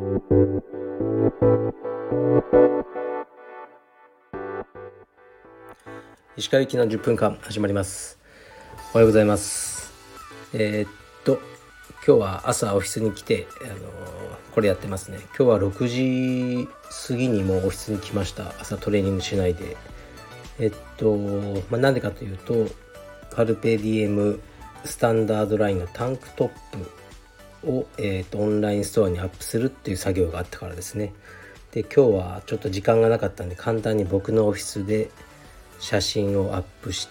石川行きの10分間始まります。おはようございます。今日は朝オフィスに来て、これやってますね。今日は6時過ぎにもうオフィスに来ました。朝トレーニングしないで。なんでかというと、カルペディエムスタンダードラインのタンクトップを、オンラインストアにアップするっていう作業があったからですね。で、今日はちょっと時間がなかったんで、簡単に僕のオフィスで写真をアップして、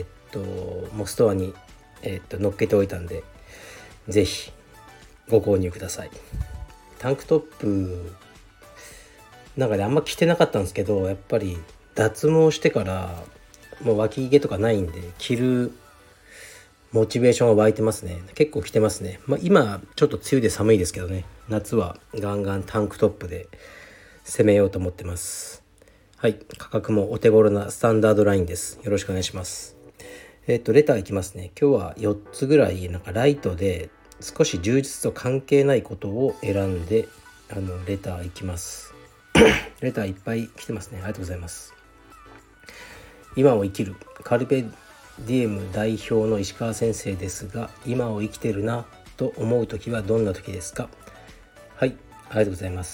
もうストアに、載っけておいたんで、ぜひご購入ください。タンクトップなんかね、あんま着てなかったんですけど、やっぱり脱毛してからもう脇毛とかないんで、着るモチベーションが湧いてますね。結構着てますね。今ちょっと梅雨で寒いですけどね、夏はガンガンタンクトップで攻めようと思ってます。はい、価格もお手頃なスタンダードラインです。よろしくお願いします。レターいきますね。今日は4つぐらいライトで少し充実と関係ないことを選んでレターいきます。レターいっぱい来てますね。ありがとうございます。今を生きるカルペディエム代表の石川先生ですが、今を生きてるなと思う時はどんな時ですか？はい、ありがとうございます。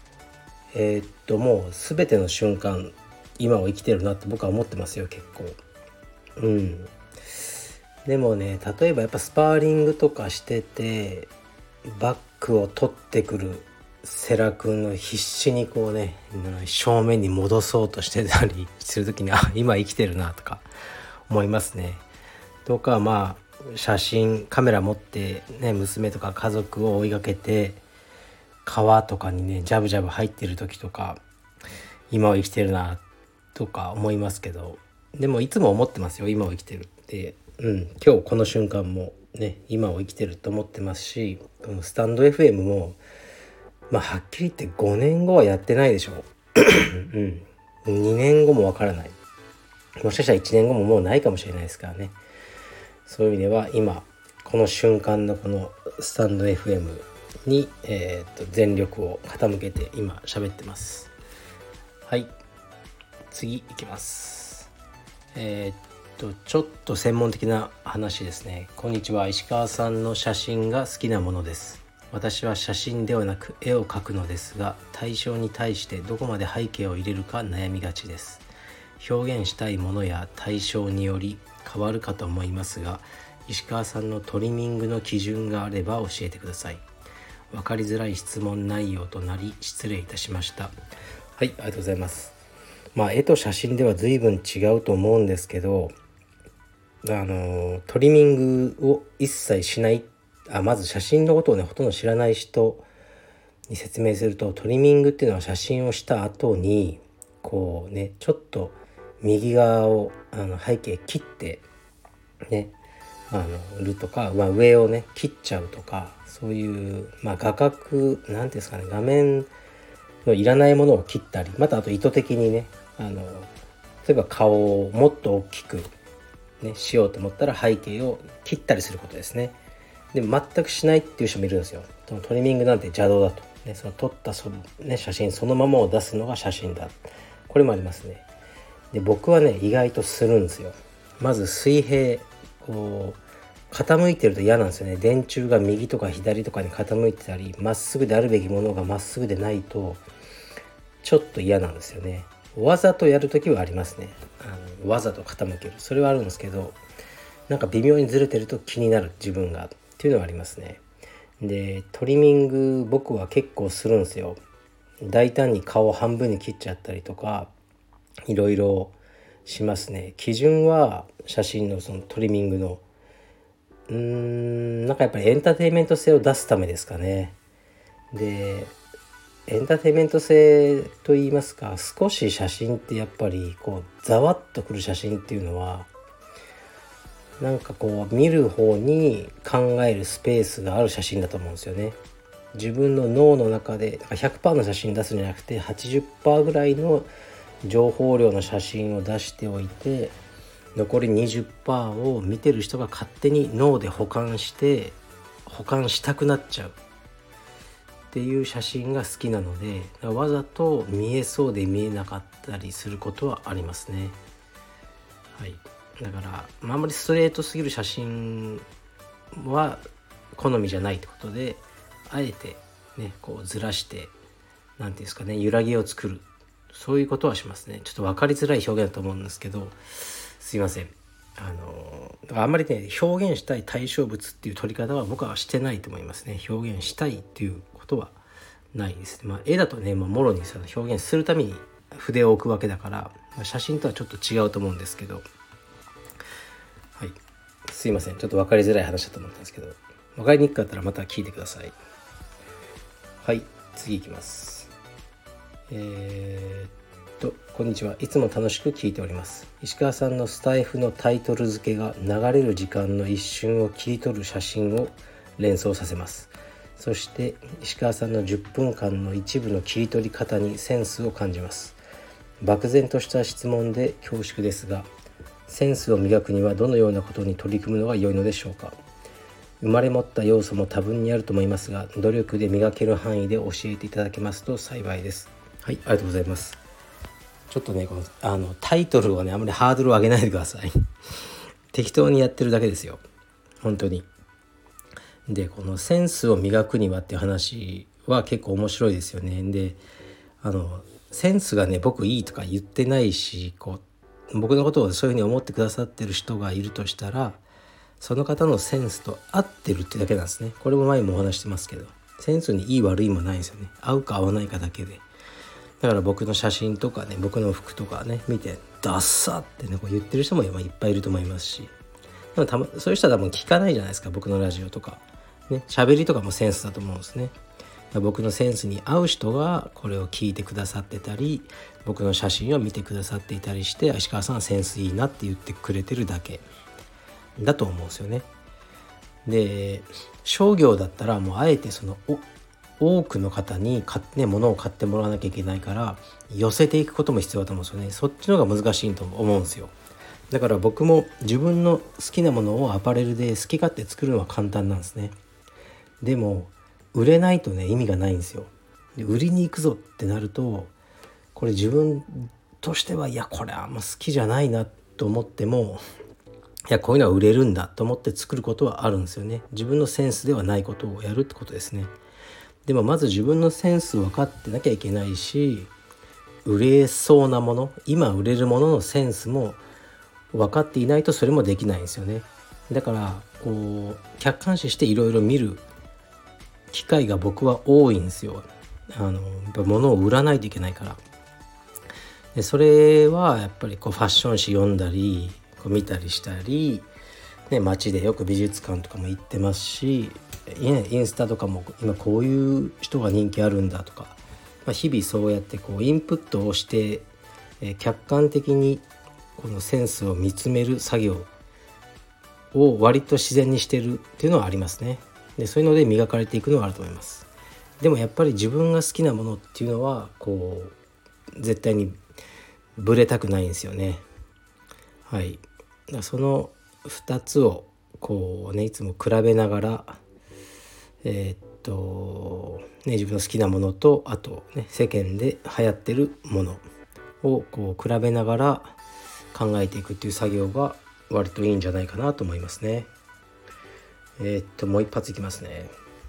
もう全ての瞬間今を生きてるなって僕は思ってますよ、結構。でもね、例えばやっぱスパーリングとかしててバックを取ってくる世良君の必死にこうね、正面に戻そうとしてたりするときに、今生きてるなとか思いますね。とか写真カメラ持ってね、娘とか家族を追いかけて川とかにねジャブジャブ入ってる時とか、今を生きてるなとか思いますけど、でもいつも思ってますよ、今を生きてるって。今日この瞬間もね、今を生きてると思ってますし、このスタンド FM もはっきり言って5年後はやってないでしょ2年後もわからない、もしかしたら1年後ももうないかもしれないですからね。そういう意味では今この瞬間のこのスタンド FM に、全力を傾けて今喋ってます。はい、次いきます。ちょっと専門的な話ですね。こんにちは。石川さんの写真が好きなものです。私は写真ではなく絵を描くのですが、対象に対してどこまで背景を入れるか悩みがちです。表現したいものや対象により変わるかと思いますが、石川さんのトリミングの基準があれば教えてください。分かりづらい質問内容となり失礼いたしました。はい、ありがとうございます。絵と写真では随分違うと思うんですけど、トリミングを一切しない、まず写真のことをねほとんど知らない人に説明すると、トリミングっていうのは写真をした後にこうね、ちょっと右側を背景切ってね、るとか、上をね切っちゃうとか、そういう画角なんていうんですかね、画面のいらないものを切ったり、またあと意図的にね、例えば顔をもっと大きくしようと思ったら背景を切ったりすることですね。で全くしないっていう人もいるんですよ。トリミングなんて邪道だと、その撮った写真そのままを出すのが写真だ、これもありますね。で僕はね意外とするんですよ。まず水平、こう傾いてると嫌なんですよね。電柱が右とか左とかに傾いてたり、まっすぐであるべきものがまっすぐでないとちょっと嫌なんですよね。わざとやるときはありますね。わざと傾ける、それはあるんですけど、なんか微妙にずれてると気になる自分がっていうのはありますね。でトリミング僕は結構するんですよ。大胆に顔を半分に切っちゃったりとか、いろいろしますね。基準は写真のそのトリミングのなんかやっぱりエンターテインメント性を出すためですかね。でエンターテインメント性といいますか、少し写真ってやっぱりこうざわっとくる写真っていうのは、なんかこう見る方に考えるスペースがある写真だと思うんですよね。自分の脳の中で 100% の写真出すんじゃなくて 80% ぐらいの情報量の写真を出しておいて、残り 20% を見てる人が勝手に脳で保管したくなっちゃうっていう写真が好きなので、わざと見えそうで見えなかったりすることはありますね。はい、だから、あんまりストレートすぎる写真は好みじゃないってことで、あえてねこうずらして、なんていうんですかね、揺らぎを作る、そういうことはしますね。ちょっと分かりづらい表現だと思うんですけど、すいません。あんまりね表現したい対象物っていう取り方は僕はしてないと思いますね。表現したいっていうことはないですね。絵だとね、もろにその表現するために筆を置くわけだから、写真とはちょっと違うと思うんですけど、はい、すいません。ちょっと分かりづらい話だと思ったんですけど、分かりにくかったらまた聞いてください。はい、次いきます。こんにちは。いつも楽しく聞いております。石川さんのスタイフのタイトル付けが流れる時間の一瞬を切り取る写真を連想させます。そして石川さんの10分間の一部の切り取り方にセンスを感じます。漠然とした質問で恐縮ですが、センスを磨くにはどのようなことに取り組むのが良いのでしょうか。生まれ持った要素も多分にあると思いますが、努力で磨ける範囲で教えていただけますと幸いです。はい、ありがとうございます。ちょっとね、タイトルをねあまりハードルを上げないでください。適当にやってるだけですよ、本当に。で、このセンスを磨くにはっていう話は結構面白いですよね。で、センスがね僕いいとか言ってないし、僕のことをそういうふうに思ってくださってる人がいるとしたら、その方のセンスと合ってるってだけなんですね。これも前もお話してますけど、センスにいい悪いもないんですよね。合うか合わないかだけで。だから僕の写真とかね、僕の服とかね見てダッサってねこう言ってる人もいっぱいいると思いますし、でもそういう人は多分聞かないじゃないですか、僕のラジオとかね。喋りとかもセンスだと思うんですね。僕のセンスに合う人がこれを聞いてくださってたり、僕の写真を見てくださっていたりして、石川さんはセンスいいなって言ってくれてるだけだと思うんですよね。で、商業だったらもうあえてその多くの方に物を買ってもらわなきゃいけないから、寄せていくことも必要だと思うんですよね。そっちの方が難しいと思うんですよ。だから僕も自分の好きなものをアパレルで好き勝手作るのは簡単なんですね。でも売れないとね意味がないんですよ。で、売りに行くぞってなると、これ自分としてはいやこれあんま好きじゃないなと思っても、いやこういうのは売れるんだと思って作ることはあるんですよね。自分のセンスではないことをやるってことですね。でもまず自分のセンス分かってなきゃいけないし、売れそうなもの、今売れるもののセンスも分かっていないとそれもできないんですよね。だから客観視していろいろ見る機会が僕は多いんですよ。やっぱ物を売らないといけないから。でそれはやっぱりファッション誌読んだり見たりしたり、ね、街でよく美術館とかも行ってますし、インスタとかも今こういう人が人気あるんだとか、日々そうやってインプットをして、客観的にこのセンスを見つめる作業を割と自然にしてるっていうのはありますね。でそういうので磨かれていくのはあると思います。でもやっぱり自分が好きなものっていうのは絶対にブレたくないんですよね。はい。その2つをいつも比べながら、自分の好きなものと、あとね世間で流行ってるものを比べながら考えていくっていう作業が割といいんじゃないかなと思いますね。もう一発いきますね。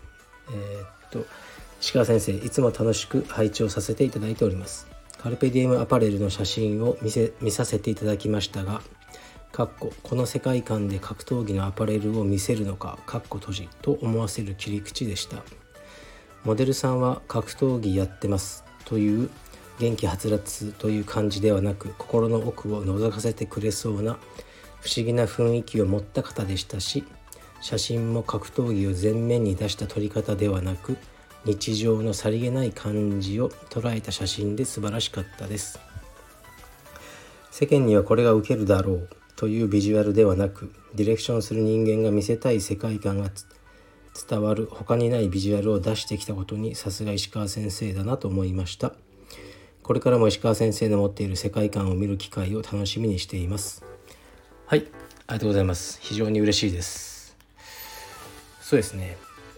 石川先生、いつも楽しく拝聴させていただいております。カルペディエムアパレルの写真を見させていただきましたが、この世界観で格闘技のアパレルを見せるのか閉じと思わせる切り口でした。モデルさんは格闘技やってますという元気はつらつという感じではなく、心の奥を覗かせてくれそうな不思議な雰囲気を持った方でしたし、写真も格闘技を前面に出した撮り方ではなく、日常のさりげない感じを捉えた写真で素晴らしかったです。世間にはこれがウケるだろうというビジュアルではなく、ディレクションする人間が見せたい世界観が伝わる他にないビジュアルを出してきたことに、さすが石川先生だなと思いました。これからも石川先生の持っている世界観を見る機会を楽しみにしています。はい、ありがとうございます。非常に嬉しいです。そうですね、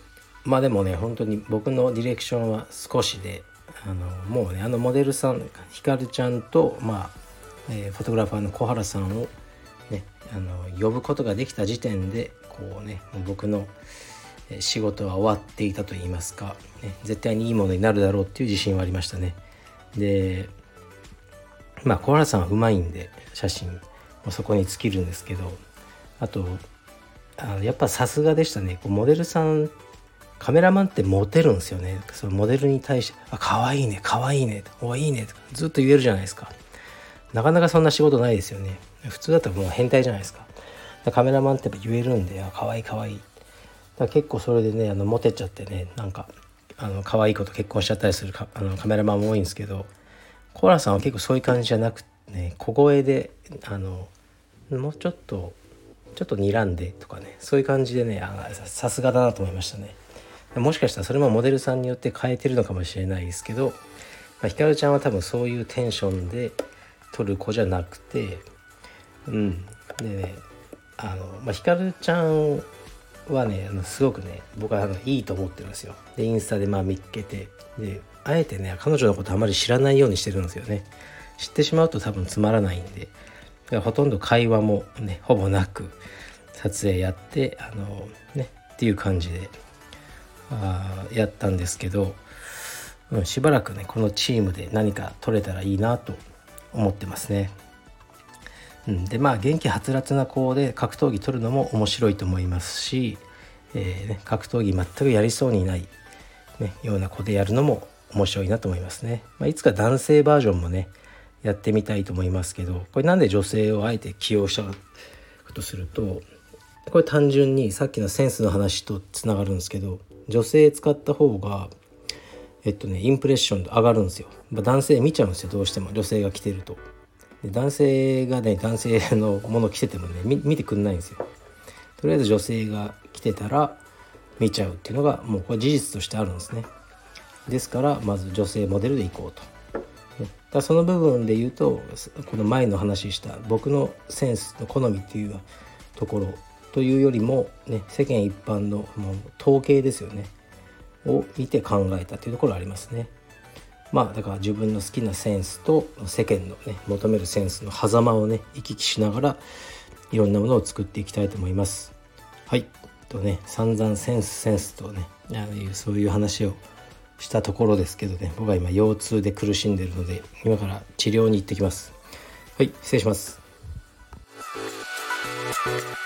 まあでもね本当に僕のディレクションは少しでもうねモデルさんひかるちゃんとフォトグラファーの小原さんをね呼ぶことができた時点でこうね僕の仕事は終わっていたと言いますか、ね、絶対にいいものになるだろうっていう自信はありましたね。で小原さんはうまいんで写真もそこに尽きるんですけど、あとやっぱさすがでしたね。モデルさんカメラマンってモテるんですよね。そのモデルに対して可愛いね可愛いねおいいねとかずっと言えるじゃないですか。なかなかそんな仕事ないですよね。普通だったらもう変態じゃないですか。カメラマンってやっぱ言えるんで可愛い可愛い。だ結構それでねモテちゃってね、なんか可愛い子と結婚しちゃったりするカメラマンも多いんですけど、コーラさんは結構そういう感じじゃなくてね、小声でもうちょっと睨んでとかね、そういう感じでねさすがだなと思いましたね。もしかしたらそれもモデルさんによって変えてるのかもしれないですけど、ひかるちゃんは多分そういうテンションで撮る子じゃなくて、でねひかるちゃんはねすごくね僕はいいと思ってるんですよ。でインスタで見っけて、であえてね彼女のことあまり知らないようにしてるんですよね。知ってしまうと多分つまらないんで、だからほとんど会話もねほぼなく撮影やってっていう感じでやったんですけど、しばらくねこのチームで何か撮れたらいいなと思ってますね。で元気はつらつな子で格闘技取るのも面白いと思いますし、格闘技全くやりそうにない、ような子でやるのも面白いなと思いますね。いつか男性バージョンもねやってみたいと思いますけど、これなんで女性をあえて起用したかとすると、これ単純にさっきのセンスの話とつながるんですけど、女性使った方がインプレッション上がるんですよ。男性見ちゃうんですよ、どうしても女性が着てると。男性がね男性のもの着ててもね見てくんないんですよ。とりあえず女性が着てたら見ちゃうっていうのがもうこれ事実としてあるんですね。ですからまず女性モデルでいこうと。だその部分で言うと、この前の話した僕のセンスの好みっていうところというよりもね、世間一般のもう統計ですよねを見て考えたというところがありますね。だから自分の好きなセンスと世間のね求めるセンスの狭間をね行き来しながらいろんなものを作っていきたいと思います。はいとね、散々センスとねそういう話をしたところですけどね、僕は今腰痛で苦しんでいるので今から治療に行ってきます。はい、失礼します。